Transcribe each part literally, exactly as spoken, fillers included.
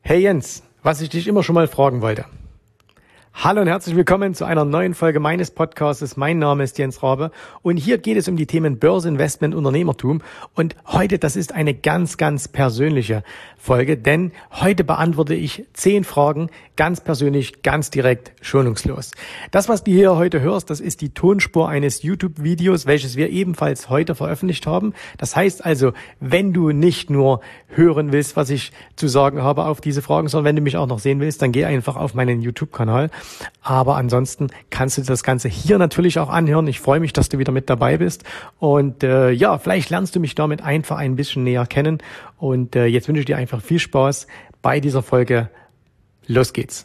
Hey Jens, was ich dich immer schon mal fragen wollte. Hallo und herzlich willkommen zu einer neuen Folge meines Podcasts. Mein Name ist Jens Rabe und hier geht es um die Themen Börse, Investment, Unternehmertum. Und heute, das ist eine ganz, ganz persönliche Folge, denn heute beantworte ich zehn Fragen ganz persönlich, ganz direkt, schonungslos. Das, was du hier heute hörst, das ist die Tonspur eines YouTube-Videos, welches wir ebenfalls heute veröffentlicht haben. Das heißt also, wenn du nicht nur hören willst, was ich zu sagen habe auf diese Fragen, sondern wenn du mich auch noch sehen willst, dann geh einfach auf meinen YouTube-Kanal. Aber ansonsten kannst du das Ganze hier natürlich auch anhören. Ich freue mich, dass du wieder mit dabei bist. Und äh, ja, vielleicht lernst du mich damit einfach ein bisschen näher kennen. Und äh, jetzt wünsche ich dir einfach viel Spaß bei dieser Folge. Los geht's.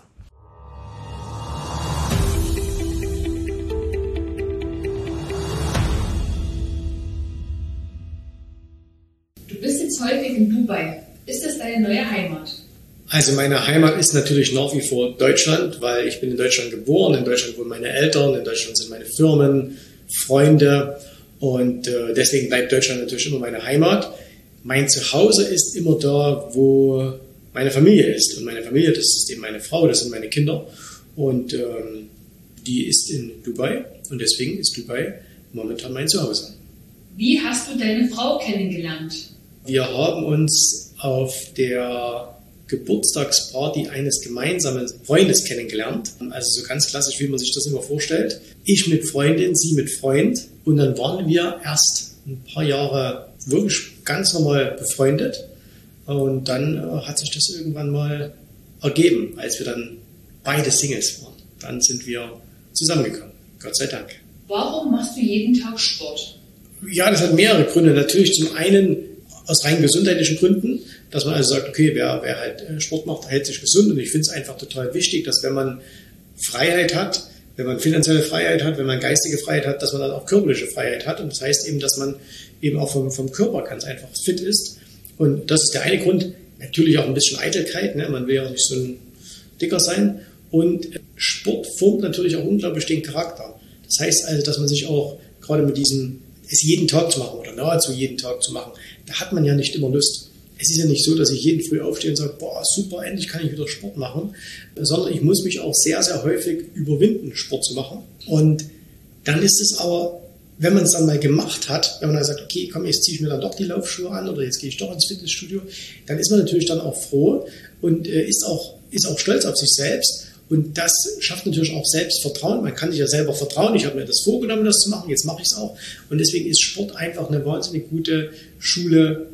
Du bist jetzt häufig in Dubai. Ist das deine neue Heimat? Also meine Heimat ist natürlich nach wie vor Deutschland, weil ich bin in Deutschland geboren, in Deutschland wohnen meine Eltern, in Deutschland sind meine Firmen, Freunde und äh, deswegen bleibt Deutschland natürlich immer meine Heimat. Mein Zuhause ist immer da, wo meine Familie ist und meine Familie, das ist eben meine Frau, das sind meine Kinder und ähm, die ist in Dubai und deswegen ist Dubai momentan mein Zuhause. Wie hast du deine Frau kennengelernt? Wir haben uns auf der Geburtstagsparty eines gemeinsamen Freundes kennengelernt. Also so ganz klassisch, wie man sich das immer vorstellt. Ich mit Freundin, sie mit Freund. Und dann waren wir erst ein paar Jahre wirklich ganz normal befreundet. Und dann äh, hat sich das irgendwann mal ergeben, als wir dann beide Singles waren. Dann sind wir zusammengekommen. Gott sei Dank. Warum machst du jeden Tag Sport? Ja, das hat mehrere Gründe. Natürlich zum einen aus rein gesundheitlichen Gründen, dass man also sagt, okay, wer, wer halt Sport macht, hält sich gesund. Und ich finde es einfach total wichtig, dass wenn man Freiheit hat, wenn man finanzielle Freiheit hat, wenn man geistige Freiheit hat, dass man dann auch körperliche Freiheit hat. Und das heißt eben, dass man eben auch vom, vom Körper ganz einfach fit ist. Und das ist der eine Grund. Natürlich auch ein bisschen Eitelkeit, ne? Man will ja auch nicht so ein Dicker sein. Und Sport formt natürlich auch unglaublich den Charakter. Das heißt also, dass man sich auch gerade mit diesem, es jeden Tag zu machen oder nahezu jeden Tag zu machen, da hat man ja nicht immer Lust. Es ist ja nicht so, dass ich jeden Früh aufstehe und sage, boah, super, endlich kann ich wieder Sport machen, sondern ich muss mich auch sehr, sehr häufig überwinden, Sport zu machen. Und dann ist es aber, wenn man es dann mal gemacht hat, wenn man dann sagt, okay, komm, jetzt ziehe ich mir dann doch die Laufschuhe an oder jetzt gehe ich doch ins Fitnessstudio, dann ist man natürlich dann auch froh und äh, ist auch, ist auch stolz auf sich selbst. Und das schafft natürlich auch Selbstvertrauen. Man kann sich ja selber vertrauen. Ich habe mir das vorgenommen, das zu machen. Jetzt mache ich es auch. Und deswegen ist Sport einfach eine wahnsinnig gute Schule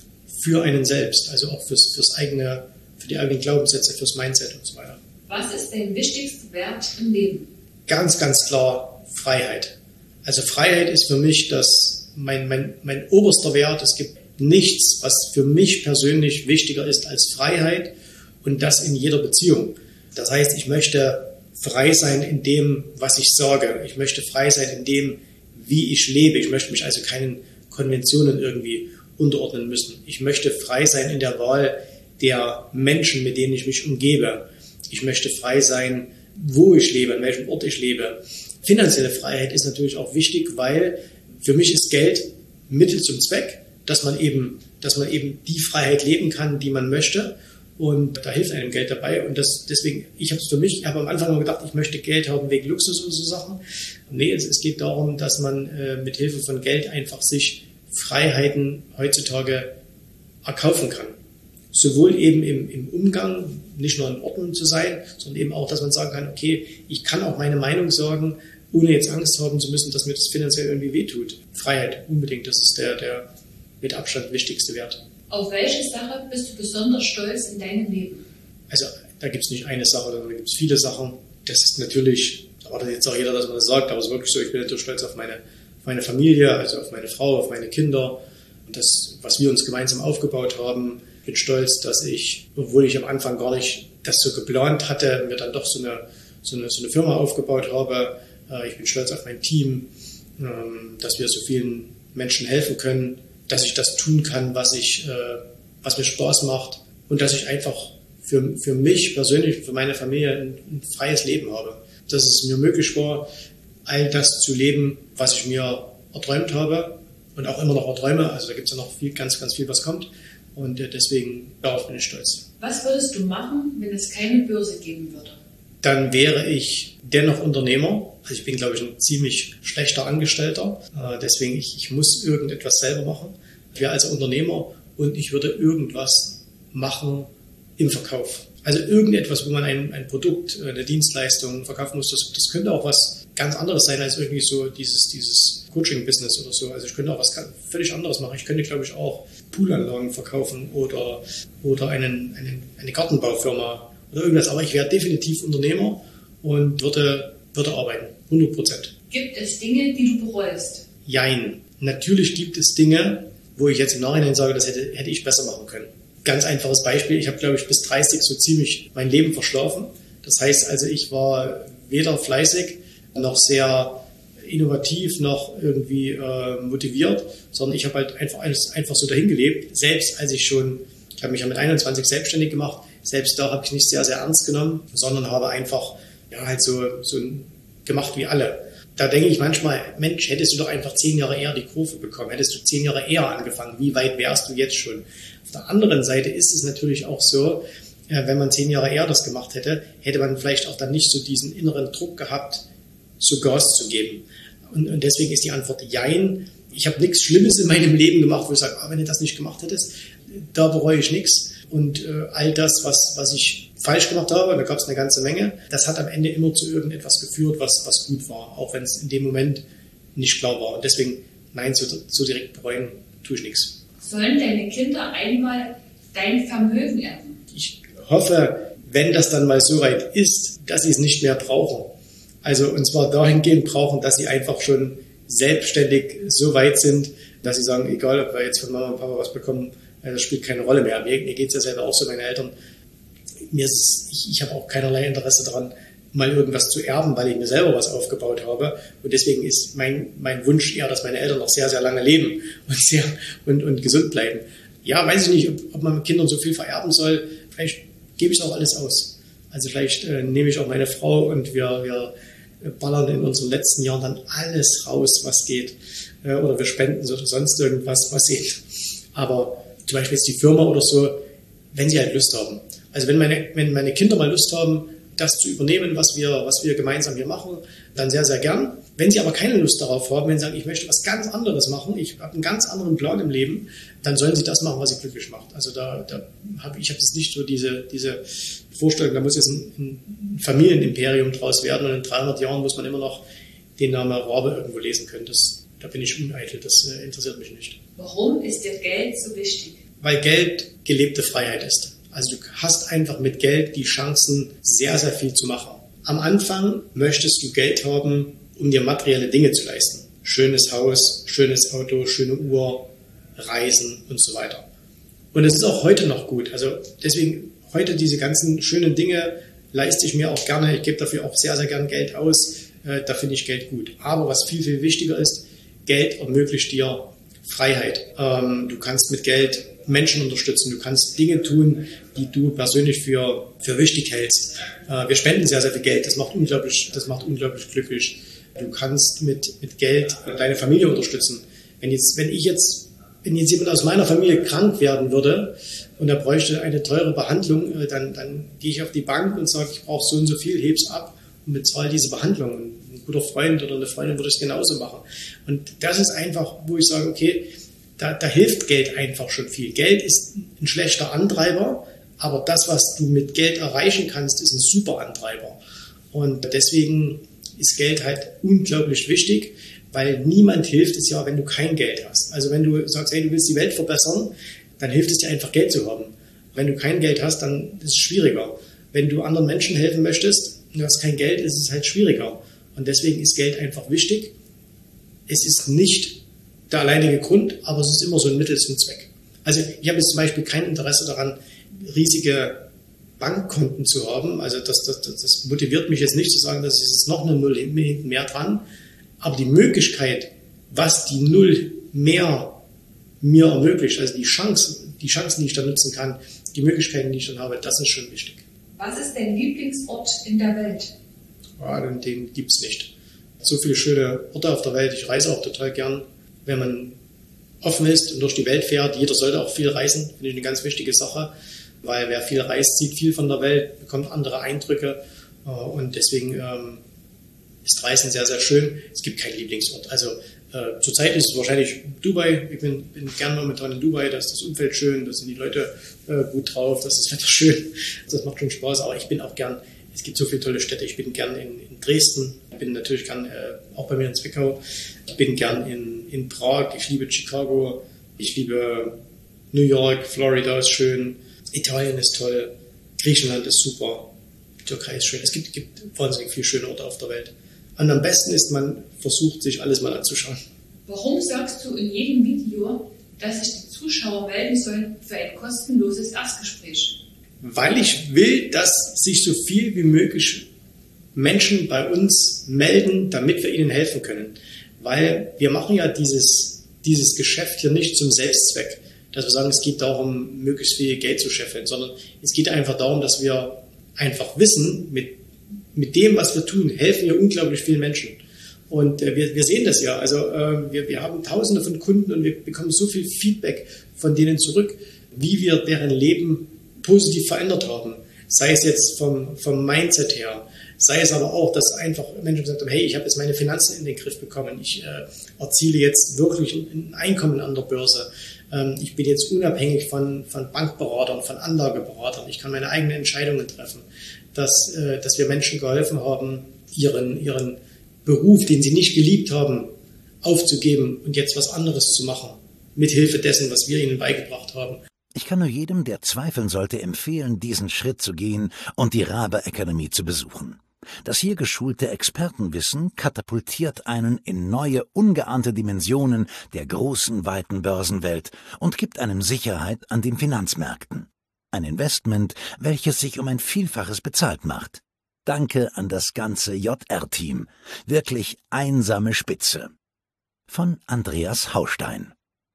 für einen selbst. Also auch fürs, fürs eigene, für die eigenen Glaubenssätze, fürs Mindset und so weiter. Was ist dein wichtigster Wert im Leben? Ganz, ganz klar Freiheit. Also Freiheit ist für mich das, mein, mein, mein oberster Wert. Es gibt nichts, was für mich persönlich wichtiger ist als Freiheit und das in jeder Beziehung. Das heißt, ich möchte frei sein in dem, was ich sage. Ich möchte frei sein in dem, wie ich lebe. Ich möchte mich also keinen Konventionen irgendwie unterordnen müssen. Ich möchte frei sein in der Wahl der Menschen, mit denen ich mich umgebe. Ich möchte frei sein, wo ich lebe, an welchem Ort ich lebe. Finanzielle Freiheit ist natürlich auch wichtig, weil für mich ist Geld Mittel zum Zweck, dass man eben, dass man eben die Freiheit leben kann, die man möchte. Und da hilft einem Geld dabei. Und das, deswegen, ich habe es für mich, ich habe am Anfang mal gedacht, ich möchte Geld haben wegen Luxus und so Sachen. Nee, es, es geht darum, dass man äh, mit Hilfe von Geld einfach sich Freiheiten heutzutage erkaufen kann. Sowohl eben im, im Umgang, nicht nur in Ordnung zu sein, sondern eben auch, dass man sagen kann, okay, ich kann auch meine Meinung sagen, ohne jetzt Angst haben zu müssen, dass mir das finanziell irgendwie wehtut. Freiheit, unbedingt, das ist der, der mit Abstand wichtigste Wert. Auf welche Sache bist du besonders stolz in deinem Leben? Also da gibt es nicht eine Sache, da gibt es viele Sachen. Das ist natürlich, da erwartet jetzt auch jeder, dass man das sagt, aber es ist wirklich so, ich bin natürlich stolz auf meine, auf meine Familie, also auf meine Frau, auf meine Kinder und das, was wir uns gemeinsam aufgebaut haben. Ich bin stolz, dass ich, obwohl ich am Anfang gar nicht das so geplant hatte, mir dann doch so eine, so eine, so eine Firma aufgebaut habe. Ich bin stolz auf mein Team, dass wir so vielen Menschen helfen können, dass ich das tun kann, was ich, äh, was mir Spaß macht und dass ich einfach für, für mich persönlich, für meine Familie ein, ein freies Leben habe. Dass es mir möglich war, all das zu leben, was ich mir erträumt habe und auch immer noch erträume. Also da gibt es ja noch viel, ganz, ganz viel, was kommt. Und deswegen, darauf bin ich stolz. Was würdest du machen, wenn es keine Börse geben würde? Dann wäre ich dennoch Unternehmer. Also ich bin, glaube ich, ein ziemlich schlechter Angestellter. Deswegen, ich, ich muss irgendetwas selber machen. Ich wäre also Unternehmer und ich würde irgendwas machen im Verkauf. Also irgendetwas, wo man ein, ein Produkt, eine Dienstleistung verkaufen muss. Das, das könnte auch was ganz anderes sein als irgendwie so dieses, dieses Coaching-Business oder so. Also ich könnte auch was völlig anderes machen. Ich könnte, glaube ich, auch Poolanlagen verkaufen oder, oder einen, einen, eine Gartenbaufirma oder irgendwas. Aber ich wäre definitiv Unternehmer und würde, würde arbeiten. hundert Prozent. Gibt es Dinge, die du bereust? Jein. Natürlich gibt es Dinge, wo ich jetzt im Nachhinein sage, das hätte, hätte ich besser machen können. Ganz einfaches Beispiel. Ich habe, glaube ich, bis dreißig so ziemlich mein Leben verschlafen. Das heißt also, ich war weder fleißig noch sehr innovativ noch irgendwie äh, motiviert, sondern ich habe halt einfach, einfach so dahin gelebt. Selbst als ich schon, ich habe mich ja mit einundzwanzig selbstständig gemacht, selbst da habe ich nicht sehr, sehr ernst genommen, sondern habe einfach ja halt so, so gemacht wie alle. Da denke ich manchmal, Mensch, hättest du doch einfach zehn Jahre eher die Kurve bekommen, hättest du zehn Jahre eher angefangen, wie weit wärst du jetzt schon? Auf der anderen Seite ist es natürlich auch so, wenn man zehn Jahre eher das gemacht hätte, hätte man vielleicht auch dann nicht so diesen inneren Druck gehabt, so Gas zu geben. Und, und deswegen ist die Antwort Jein. Ich habe nichts Schlimmes in meinem Leben gemacht, wo ich sage, ah, wenn du das nicht gemacht hättest, da bereue ich nichts. Und äh, all das, was, was ich falsch gemacht habe, da gab es eine ganze Menge, das hat am Ende immer zu irgendetwas geführt, was, was gut war, auch wenn es in dem Moment nicht klar war. Und deswegen, nein, so, so direkt bereuen tue ich nichts. Sollen deine Kinder einmal dein Vermögen erben? Ich hoffe, wenn das dann mal so weit ist, dass sie es nicht mehr brauchen. Also und zwar dahingehend brauchen, dass sie einfach schon selbstständig so weit sind, dass sie sagen, egal ob wir jetzt von Mama und Papa was bekommen, das spielt keine Rolle mehr. Mir, mir geht es ja selber auch so, meine Eltern, mir ist es, ich, ich habe auch keinerlei Interesse daran, mal irgendwas zu erben, weil ich mir selber was aufgebaut habe. Und deswegen ist mein, mein Wunsch eher, dass meine Eltern noch sehr, sehr lange leben und, sehr, und, und gesund bleiben. Ja, weiß ich nicht, ob, ob man mit Kindern so viel vererben soll. Vielleicht gebe ich auch alles aus. Also vielleicht äh, nehme ich auch meine Frau und wir, wir ballern in unseren letzten Jahren dann alles raus, was geht. Äh, oder wir spenden oder sonst irgendwas, was geht. Aber zum Beispiel jetzt die Firma oder so, wenn sie halt Lust haben. Also wenn meine, wenn meine Kinder mal Lust haben, das zu übernehmen, was wir, was wir gemeinsam hier machen, dann sehr, sehr gern. Wenn sie aber keine Lust darauf haben, wenn sie sagen, ich möchte was ganz anderes machen, ich habe einen ganz anderen Plan im Leben, dann sollen sie das machen, was sie glücklich macht. Also da, da habe ich habe jetzt nicht so diese, diese Vorstellung, da muss jetzt ein, ein Familienimperium draus werden und in dreihundert Jahren muss man immer noch den Namen Rabe irgendwo lesen können. Das, da bin ich uneitel, das äh, interessiert mich nicht. Warum ist dir Geld so wichtig? Weil Geld gelebte Freiheit ist. Also du hast einfach mit Geld die Chancen, sehr, sehr viel zu machen. Am Anfang möchtest du Geld haben, um dir materielle Dinge zu leisten. Schönes Haus, schönes Auto, schöne Uhr, Reisen und so weiter. Und es ist auch heute noch gut. Also deswegen heute diese ganzen schönen Dinge leiste ich mir auch gerne. Ich gebe dafür auch sehr, sehr gern Geld aus. Äh, da finde ich Geld gut. Aber was viel, viel wichtiger ist, Geld ermöglicht dir Freiheit. Ähm, du kannst mit Geld Menschen unterstützen. Du kannst Dinge tun, die du persönlich für, für wichtig hältst. Äh, wir spenden sehr, sehr viel Geld. Das macht unglaublich, das macht unglaublich glücklich. Du kannst mit, mit Geld deine Familie unterstützen. Wenn jetzt, wenn ich jetzt, wenn jetzt jemand aus meiner Familie krank werden würde und er bräuchte eine teure Behandlung, dann, dann gehe ich auf die Bank und sage, ich brauche so und so viel, heb's ab und bezahle diese Behandlung. Und ein guter Freund oder eine Freundin würde es genauso machen. Und das ist einfach, wo ich sage, okay, da, da hilft Geld einfach schon viel. Geld ist ein schlechter Antreiber, aber das, was du mit Geld erreichen kannst, ist ein super Antreiber. Und deswegen ist Geld halt unglaublich wichtig, weil niemand hilft es ja, wenn du kein Geld hast. Also wenn du sagst, hey, du willst die Welt verbessern, dann hilft es dir einfach, Geld zu haben. Wenn du kein Geld hast, dann ist es schwieriger. Wenn du anderen Menschen helfen möchtest und du hast kein Geld, ist es halt schwieriger. Und deswegen ist Geld einfach wichtig. Es ist nicht der alleinige Grund, aber es ist immer so ein Mittel zum Zweck. Also ich habe jetzt zum Beispiel kein Interesse daran, riesige Bankkonten zu haben. Also das, das, das motiviert mich jetzt nicht zu sagen, dass ist jetzt noch eine Null hinten mehr dran. Aber die Möglichkeit, was die Null mehr mir ermöglicht, also die Chancen, die Chancen, die ich da nutzen kann, die Möglichkeiten, die ich dann habe, das ist schon wichtig. Was ist dein Lieblingsort in der Welt? Ja, den, den gibt es nicht. So viele schöne Orte auf der Welt. Ich reise auch total gern. Wenn man offen ist und durch die Welt fährt. Jeder sollte auch viel reisen, finde ich eine ganz wichtige Sache, weil wer viel reist, sieht viel von der Welt, bekommt andere Eindrücke und deswegen ähm, ist Reisen sehr, sehr schön. Es gibt keinen Lieblingsort. Also äh, zurzeit ist es wahrscheinlich Dubai. Ich bin, bin gern momentan in Dubai, da ist das Umfeld schön, da sind die Leute äh, gut drauf, da ist das Wetter schön. Also das macht schon Spaß, aber ich bin auch gern, es gibt so viele tolle Städte, ich bin gern in, in Dresden, ich bin natürlich gern äh, auch bei mir in Zwickau, ich bin gern in, in Prag, ich liebe Chicago, ich liebe New York, Florida ist schön, Italien ist toll, Griechenland ist super, Türkei ist schön, es gibt, gibt wahnsinnig viele schöne Orte auf der Welt. Und am besten ist, man versucht, sich alles mal anzuschauen. Warum sagst du in jedem Video, dass sich die Zuschauer melden sollen für ein kostenloses Erstgespräch? Weil ich will, dass sich so viel wie möglich Menschen bei uns melden, damit wir ihnen helfen können. Weil wir machen ja dieses, dieses Geschäft hier nicht zum Selbstzweck, dass wir sagen, es geht darum, möglichst viel Geld zu scheffeln, sondern es geht einfach darum, dass wir einfach wissen, mit Mit dem, was wir tun, helfen wir unglaublich vielen Menschen. Und äh, wir, wir sehen das ja. Also äh, wir, wir haben Tausende von Kunden und wir bekommen so viel Feedback von denen zurück, wie wir deren Leben positiv verändert haben. Sei es jetzt vom, vom Mindset her, sei es aber auch, dass einfach Menschen gesagt haben, hey, ich habe jetzt meine Finanzen in den Griff bekommen. Ich äh, erziele jetzt wirklich ein Einkommen an der Börse. Ähm, ich bin jetzt unabhängig von, von Bankberatern, von Anlageberatern. Ich kann meine eigenen Entscheidungen treffen. Dass, äh, dass wir Menschen geholfen haben, ihren, ihren Beruf, den sie nicht geliebt haben, aufzugeben und jetzt was anderes zu machen, mithilfe dessen, was wir ihnen beigebracht haben. Ich kann nur jedem, der zweifeln sollte, empfehlen, diesen Schritt zu gehen und die Rabe Academy zu besuchen. Das hier geschulte Expertenwissen katapultiert einen in neue, ungeahnte Dimensionen der großen, weiten Börsenwelt und gibt einem Sicherheit an den Finanzmärkten. Ein Investment, welches sich um ein Vielfaches bezahlt macht. Danke an das ganze J R-Team. Wirklich einsame Spitze. Von Andreas Haustein.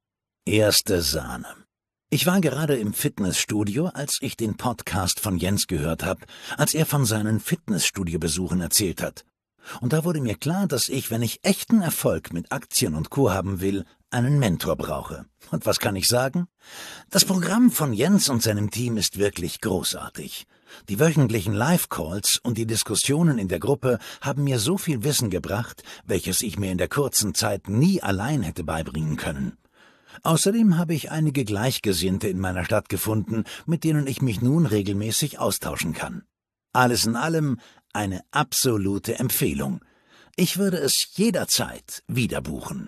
Erste Sahne. Ich war gerade im Fitnessstudio, als ich den Podcast von Jens gehört habe, als er von seinen Fitnessstudio-Besuchen erzählt hat. Und da wurde mir klar, dass ich, wenn ich echten Erfolg mit Aktien und Co. haben will, einen Mentor brauche. Und was kann ich sagen? Das Programm von Jens und seinem Team ist wirklich großartig. Die wöchentlichen Live-Calls und die Diskussionen in der Gruppe haben mir so viel Wissen gebracht, welches ich mir in der kurzen Zeit nie allein hätte beibringen können. Außerdem habe ich einige Gleichgesinnte in meiner Stadt gefunden, mit denen ich mich nun regelmäßig austauschen kann. Alles in allem eine absolute Empfehlung. Ich würde es jederzeit wieder buchen.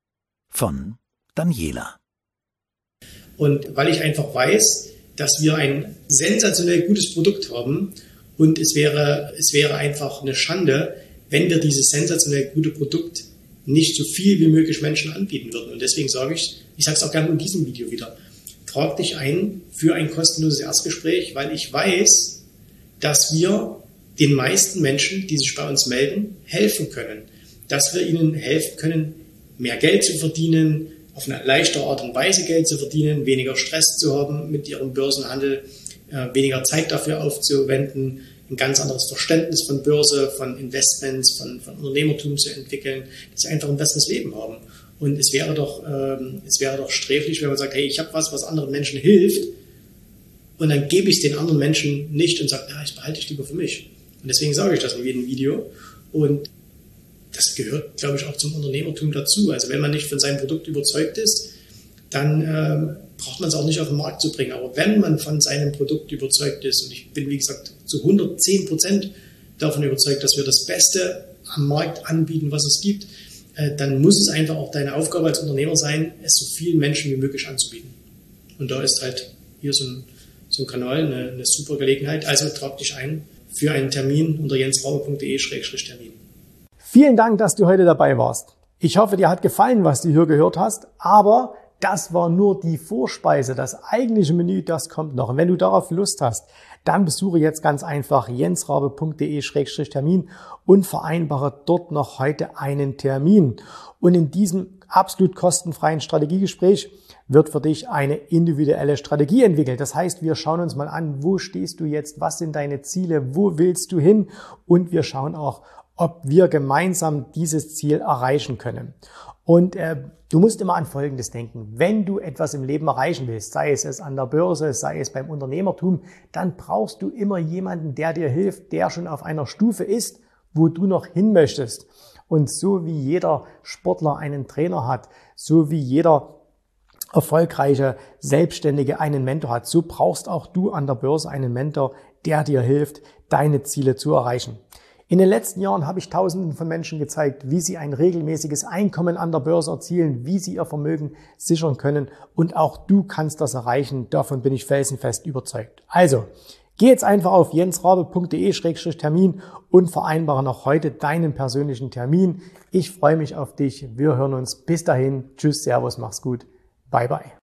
Von Daniela. Und weil ich einfach weiß, dass wir ein sensationell gutes Produkt haben und es wäre, es wäre einfach eine Schande, wenn wir dieses sensationell gute Produkt nicht so viel wie möglich Menschen anbieten würden. Und deswegen sage ich, ich sage es auch gerne in diesem Video wieder, trag dich ein für ein kostenloses Erstgespräch, weil ich weiß, dass wir den meisten Menschen, die sich bei uns melden, helfen können. Dass wir ihnen helfen können, mehr Geld zu verdienen, auf eine leichte Art und Weise Geld zu verdienen, weniger Stress zu haben mit ihrem Börsenhandel, äh, weniger Zeit dafür aufzuwenden, ein ganz anderes Verständnis von Börse, von Investments, von, von Unternehmertum zu entwickeln, dass sie einfach ein besseres Leben haben. Und es wäre doch, ähm, es wäre doch sträflich, wenn man sagt, hey, ich habe was, was anderen Menschen hilft, und dann gebe ich es den anderen Menschen nicht und sage, ja, ich behalte ich lieber für mich. Und deswegen sage ich das in jedem Video. Und das gehört, glaube ich, auch zum Unternehmertum dazu. Also wenn man nicht von seinem Produkt überzeugt ist, dann ähm, braucht man es auch nicht auf den Markt zu bringen. Aber wenn man von seinem Produkt überzeugt ist, und ich bin, wie gesagt, zu hundertzehn Prozent davon überzeugt, dass wir das Beste am Markt anbieten, was es gibt, äh, dann muss es einfach auch deine Aufgabe als Unternehmer sein, es so vielen Menschen wie möglich anzubieten. Und da ist halt hier so ein, so ein Kanal eine, eine super Gelegenheit. Also trag dich ein für einen Termin unter jensraube punkt de Schrägstrich Termin. Vielen Dank, dass du heute dabei warst. Ich hoffe, dir hat gefallen, was du hier gehört hast, aber das war nur die Vorspeise. Das eigentliche Menü, das kommt noch. Und wenn du darauf Lust hast, dann besuche jetzt ganz einfach jensraube punkt de Schrägstrich Termin und vereinbare dort noch heute einen Termin. Und in diesem absolut kostenfreien Strategiegespräch wird für dich eine individuelle Strategie entwickelt. Das heißt, wir schauen uns mal an, wo stehst du jetzt, was sind deine Ziele, wo willst du hin, und wir schauen auch, ob wir gemeinsam dieses Ziel erreichen können. Und äh, du musst immer an Folgendes denken. Wenn du etwas im Leben erreichen willst, sei es es an der Börse, sei es beim Unternehmertum, dann brauchst du immer jemanden, der dir hilft, der schon auf einer Stufe ist, wo du noch hin möchtest. Und so wie jeder Sportler einen Trainer hat, so wie jeder erfolgreiche Selbstständige einen Mentor hat, so brauchst auch du an der Börse einen Mentor, der dir hilft, deine Ziele zu erreichen. In den letzten Jahren habe ich Tausenden von Menschen gezeigt, wie sie ein regelmäßiges Einkommen an der Börse erzielen, wie sie ihr Vermögen sichern können, und auch du kannst das erreichen. Davon bin ich felsenfest überzeugt. Also, geh jetzt einfach auf jensrabe punkt de Schrägstrich Termin und vereinbare noch heute deinen persönlichen Termin. Ich freue mich auf dich. Wir hören uns. Bis dahin. Tschüss, Servus, mach's gut. Bye, bye.